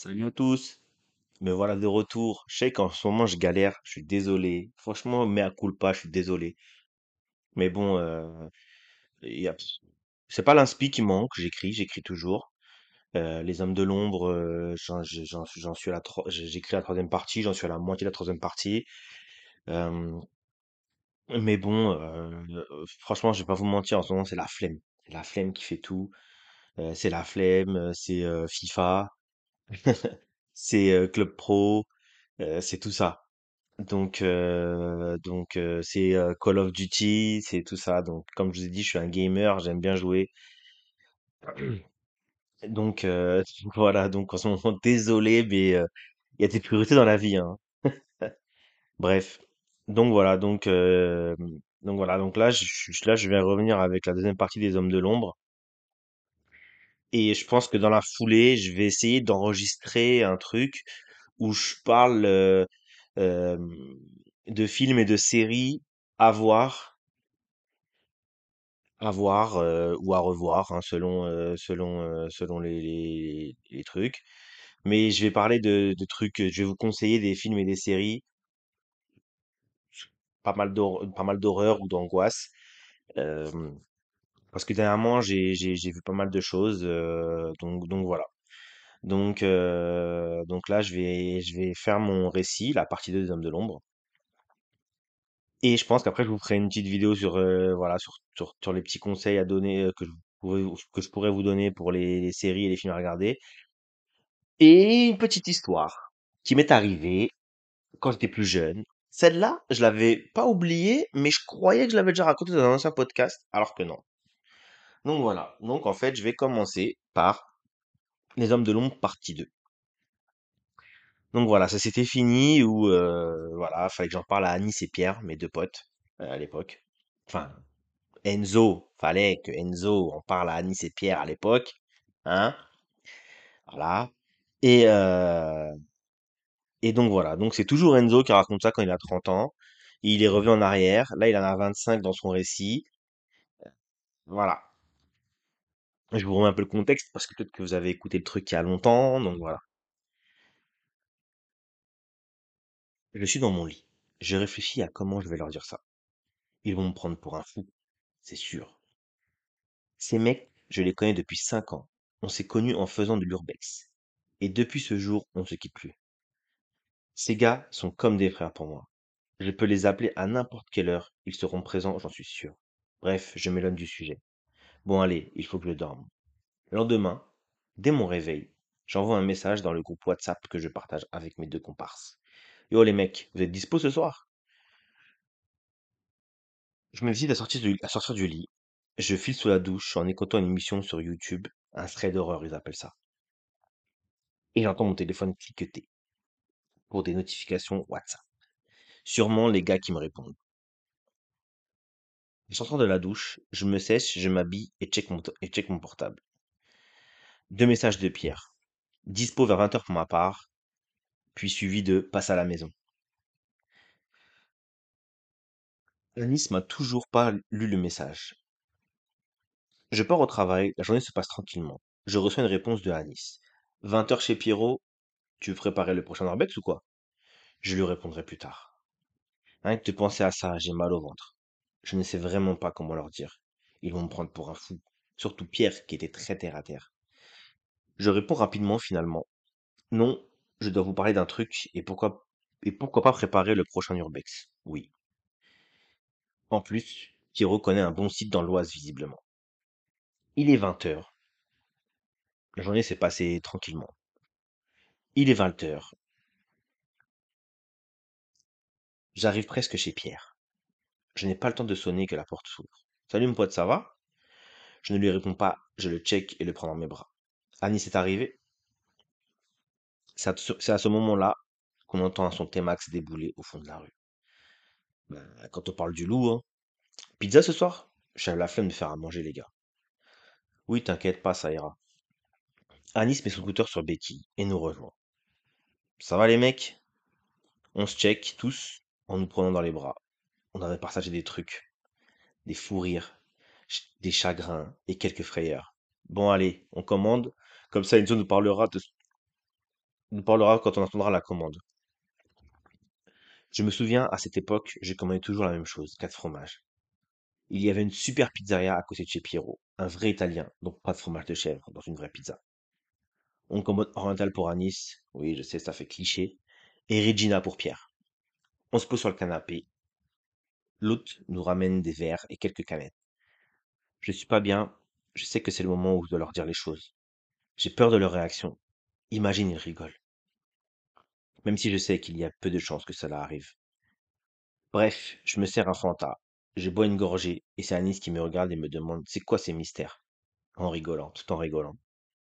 Salut à tous, me voilà de retour. Je sais qu'en ce moment je galère, je suis désolé. Franchement, mea culpa, je suis désolé. Mais bon, y a- c'est pas l'inspi qui manque, j'écris toujours. Les Hommes de l'Ombre, j'en suis à j'écris la troisième partie, j'en suis à la moitié de la troisième partie. Euh, mais bon, franchement, je vais pas vous mentir, en ce moment c'est la flemme. C'est la flemme qui fait tout. C'est la flemme, c'est FIFA, c'est Club Pro, c'est tout ça. Donc c'est Call of Duty, c'est tout ça. Donc comme je vous ai dit, je suis un gamer, j'aime bien jouer. Donc voilà, donc en ce moment, désolé, mais il y a des priorités dans la vie, hein. Bref, donc voilà, donc voilà, donc là, là, je vais revenir avec la deuxième partie des Hommes de l'Ombre. Et je pense que dans la foulée, je vais essayer d'enregistrer un truc où je parle euh, de films et de séries à voir à voir, ou à revoir, hein, selon les trucs. Mais je vais parler de trucs, je vais vous conseiller des films et des séries, pas mal d'horreur ou d'angoisse. hem, Parce que dernièrement, j'ai vu pas mal de choses, donc voilà. Donc là, je vais faire mon récit, la partie 2 des Hommes de l'Ombre. Et je pense qu'après, je vous ferai une petite vidéo sur, voilà, sur les petits conseils à donner, que je pourrais vous donner pour les séries et les films à regarder. Et une petite histoire qui m'est arrivée quand j'étais plus jeune. Celle-là, je l'avais pas oubliée, mais je croyais que je l'avais déjà racontée dans un ancien podcast, alors que non. Donc voilà. Donc en fait, je vais commencer par Les Hommes de l'Ombre partie 2. Donc voilà, ça s'était fini où voilà, fallait que j'en parle à Anis et Pierre, mes deux potes, à l'époque. Enfin, Enzo, fallait que Enzo en parle à Anis et Pierre à l'époque, hein, voilà. Et, euh, et donc voilà, donc c'est toujours Enzo qui raconte ça quand il a 30 ans. Il est revenu en arrière, là il en a 25 dans son récit. Voilà. Je vous remets un peu le contexte parce que peut-être que vous avez écouté le truc il y a longtemps, donc voilà. Je suis dans mon lit. Je réfléchis à comment je vais leur dire ça. Ils vont me prendre pour un fou, c'est sûr. Ces mecs, je les connais depuis 5 ans. On s'est connus en faisant de l'urbex. Et depuis ce jour, on ne se quitte plus. Ces gars sont comme des frères pour moi. Je peux les appeler à n'importe quelle heure, ils seront présents, j'en suis sûr. Bref, je m'éloigne du sujet. Bon allez, il faut que je dorme. Le lendemain, dès mon réveil, j'envoie un message dans le groupe WhatsApp que je partage avec mes deux comparses. Yo les mecs, vous êtes dispo ce soir? Je me décide à sortir du lit. Je file sous la douche en écoutant une émission sur YouTube, un thread d'horreur ils appellent ça. Et j'entends mon téléphone cliqueter pour des notifications WhatsApp. Sûrement les gars qui me répondent. Je sortant de la douche, je me sèche, je m'habille et check mon portable. Deux messages de Pierre. Dispo vers 20 heures pour ma part, puis suivi de passe à la maison. Anis m'a toujours pas lu le message. Je pars au travail, la journée se passe tranquillement. Je reçois une réponse de Anis. 20 heures chez Pierrot, tu veux préparer le prochain Arbex ou quoi? Je lui répondrai plus tard. Rien que de penser à ça, j'ai mal au ventre. Je ne sais vraiment pas comment leur dire. Ils vont me prendre pour un fou. Surtout Pierre, qui était très terre à terre. Je réponds rapidement finalement. Non, je dois vous parler d'un truc et pourquoi pas préparer le prochain Urbex. Oui. En plus, Pierrot connaît un bon site dans l'Oise visiblement. Il est 20 heures. La journée s'est passée tranquillement. Il est 20 heures. J'arrive presque chez Pierre. Je n'ai pas le temps de sonner que la porte s'ouvre. Salut mon pote, ça va? Je ne lui réponds pas, je le check et le prends dans mes bras. Annie, c'est arrivé. C'est à ce moment-là qu'on entend un son T-Max débouler au fond de la rue. Ben, quand on parle du loup, hein. Pizza ce soir? J'avais la flemme de faire à manger, les gars. Oui, t'inquiète pas, ça ira. Anis met son scooter sur béquille et nous rejoint. Ça va les mecs? On se check tous en nous prenant dans les bras. On avait partagé des trucs, des fous rires, des chagrins et quelques frayeurs. Bon allez, on commande, comme ça Enzo nous parlera de... nous parlera quand on entendra la commande. Je me souviens, à cette époque, je commandais toujours la même chose, 4 fromages. Il y avait une super pizzeria à côté de chez Pierrot, un vrai italien, donc pas de fromage de chèvre dans une vraie pizza. On commande oriental pour Anis, oui, je sais, ça fait cliché, et Regina pour Pierre. On se pose sur le canapé, l'hôte nous ramène des verres et quelques canettes. Je suis pas bien, je sais que c'est le moment où je dois leur dire les choses. J'ai peur de leur réaction. Imagine, ils rigolent. Même si je sais qu'il y a peu de chances que cela arrive. Bref, je me sers un Fanta. Je bois une gorgée et c'est Anis qui me regarde et me demande c'est quoi ces mystères? En rigolant, tout en rigolant.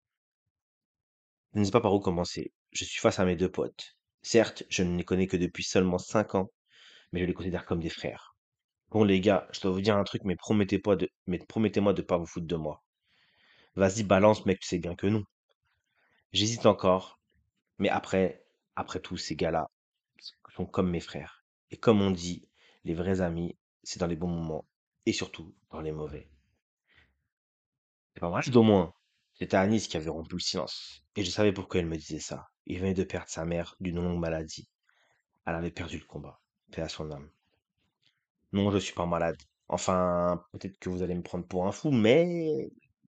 Je ne sais pas par où commencer. Je suis face à mes deux potes. Certes, je ne les connais que depuis seulement 5 ans, mais je les considère comme des frères. Bon les gars, je dois vous dire un truc, mais promettez-moi de pas vous foutre de moi. Vas-y, balance, mec, tu sais bien que non. J'hésite encore, mais après tout, ces gars-là sont comme mes frères. Et comme on dit, les vrais amis, c'est dans les bons moments, et surtout dans les mauvais. C'est pas vrai, au moins. C'était Anis qui avait rompu le silence. Et je savais pourquoi elle me disait ça. Il venait de perdre sa mère d'une longue maladie. Elle avait perdu le combat. Paix à son âme. Non, je suis pas malade. Enfin, peut-être que vous allez me prendre pour un fou, mais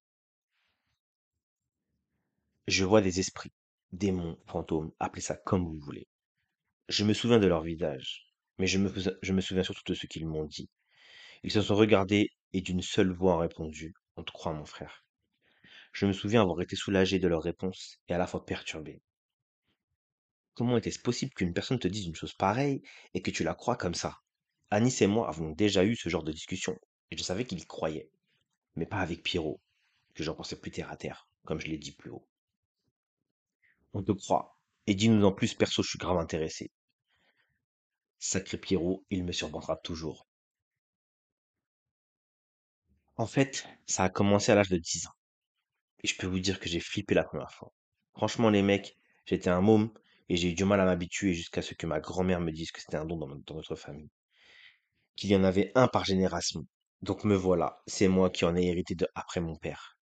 je vois des esprits, démons, fantômes, appelez ça comme vous voulez. Je me souviens de leur visage, mais je me souviens surtout de ce qu'ils m'ont dit. Ils se sont regardés et d'une seule voix ont répondu. On te croit, mon frère. Je me souviens avoir été soulagé de leur réponse et à la fois perturbé. Comment était-ce possible qu'une personne te dise une chose pareille et que tu la crois comme ça? Anis et moi avons déjà eu ce genre de discussion, et je savais qu'il y croyait, mais pas avec Pierrot, que j'en pensais plus terre à terre, comme je l'ai dit plus haut. On te croit, et dis-nous en plus, perso, je suis grave intéressé. Sacré Pierrot, il me surprendra toujours. En fait, ça a commencé à l'âge de 10 ans, et je peux vous dire que j'ai flippé la première fois. Franchement, les mecs, j'étais un môme, et j'ai eu du mal à m'habituer jusqu'à ce que ma grand-mère me dise que c'était un don dans notre famille. Qu'il y en avait un par génération. Donc me voilà, c'est moi qui en ai hérité de après mon père.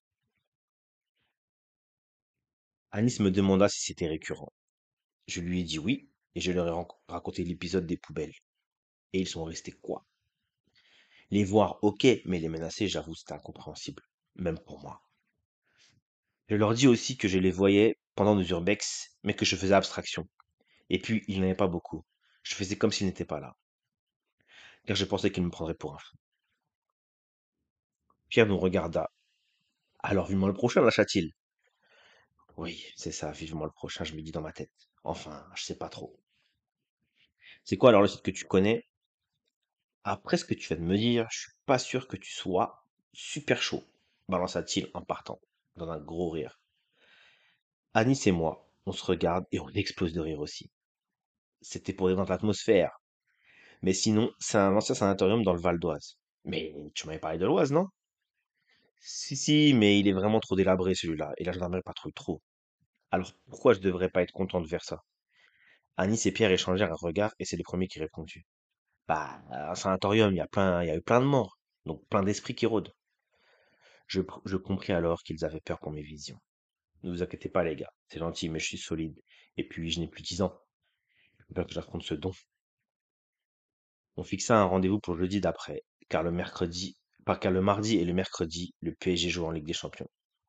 Anis me demanda si c'était récurrent. Je lui ai dit oui, et je leur ai raconté l'épisode des poubelles. Et ils sont restés quoi? Les voir, ok, mais les menacer, j'avoue, c'était incompréhensible. Même pour moi. Je leur dis aussi que je les voyais pendant nos urbex, mais que je faisais abstraction. Et puis, il n'y en avait pas beaucoup. Je faisais comme s'ils n'étaient pas là, car je pensais qu'ils me prendraient pour un fou. Pierre nous regarda. Alors, vivement le prochain, lâcha-t-il. Oui, c'est ça, vivement le prochain, je me dis dans ma tête. Enfin, je sais pas trop. C'est quoi alors le site que tu connais? Après ce que tu viens de me dire, je suis pas sûr que tu sois super chaud, balança-t-il en partant, dans un gros rire. Anis et moi, on se regarde et on explose de rire aussi. C'était pour détendre l'atmosphère. Mais sinon, c'est un ancien sanatorium dans le Val d'Oise. Mais tu m'avais parlé de l'Oise, non? Si, si, mais il est vraiment trop délabré celui-là, et la gendarmerie patrouille trop. Alors pourquoi je devrais pas être content de faire ça? Anis et Pierre échangèrent un regard et c'est le premier qui répondit. Bah, un sanatorium, il y a eu plein de morts, donc plein d'esprits qui rôdent. Je compris alors qu'ils avaient peur pour mes visions. Ne vous inquiétez pas, les gars, c'est gentil, mais je suis solide. Et puis, je n'ai plus 10 ans. J'ai peur que j'affronte ce don. On fixa un rendez-vous pour le jeudi d'après, car le mardi et le mercredi, le PSG joue en Ligue des Champions.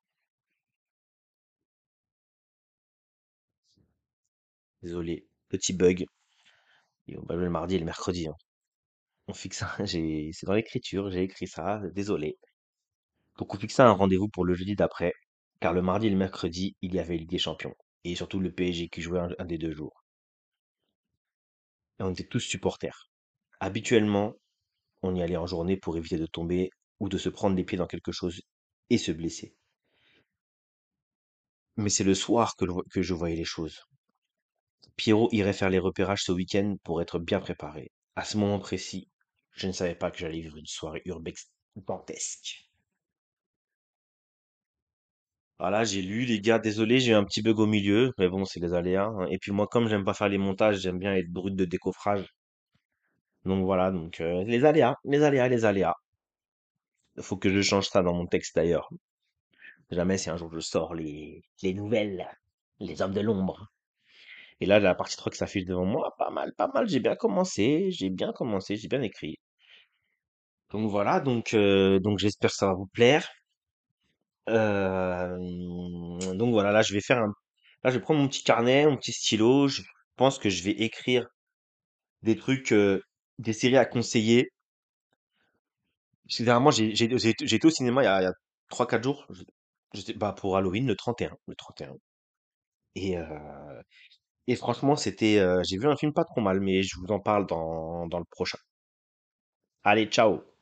Désolé, petit bug. Et on va jouer le mardi et le mercredi, hein. On fixa, c'est dans l'écriture, j'ai écrit ça, désolé. Donc on fixa un rendez-vous pour le jeudi d'après, car le mardi et le mercredi, il y avait Ligue des Champions. Et surtout le PSG qui jouait un des 2 jours. Et on était tous supporters. Habituellement, on y allait en journée pour éviter de tomber ou de se prendre les pieds dans quelque chose et se blesser. Mais c'est le soir que je voyais les choses. Pierrot irait faire les repérages ce week-end pour être bien préparé. À ce moment précis, je ne savais pas que j'allais vivre une soirée urbex dantesque. Voilà, j'ai lu, les gars, désolé, j'ai eu un petit bug au milieu, mais bon, c'est les aléas, hein. Et puis moi, comme j'aime pas faire les montages, j'aime bien être brut de décoffrage. Donc voilà, donc les aléas, les aléas, les aléas. Il faut que je change ça dans mon texte d'ailleurs. Jamais si un jour je sors les nouvelles, les hommes de l'ombre. Et là, la partie 3 qui s'affiche devant moi, pas mal, j'ai bien écrit. Donc voilà, donc j'espère que ça va vous plaire. Donc voilà, là, je vais prendre mon petit carnet, mon petit stylo. Je pense que je vais écrire des trucs, des séries à conseiller. Parce que dernièrement, j'ai été au cinéma il y a 3-4 jours. Bah, pour Halloween, le 31. Le 31. Et, euh, et franchement, j'ai vu un film pas trop mal, mais je vous en parle dans le prochain. Allez, ciao!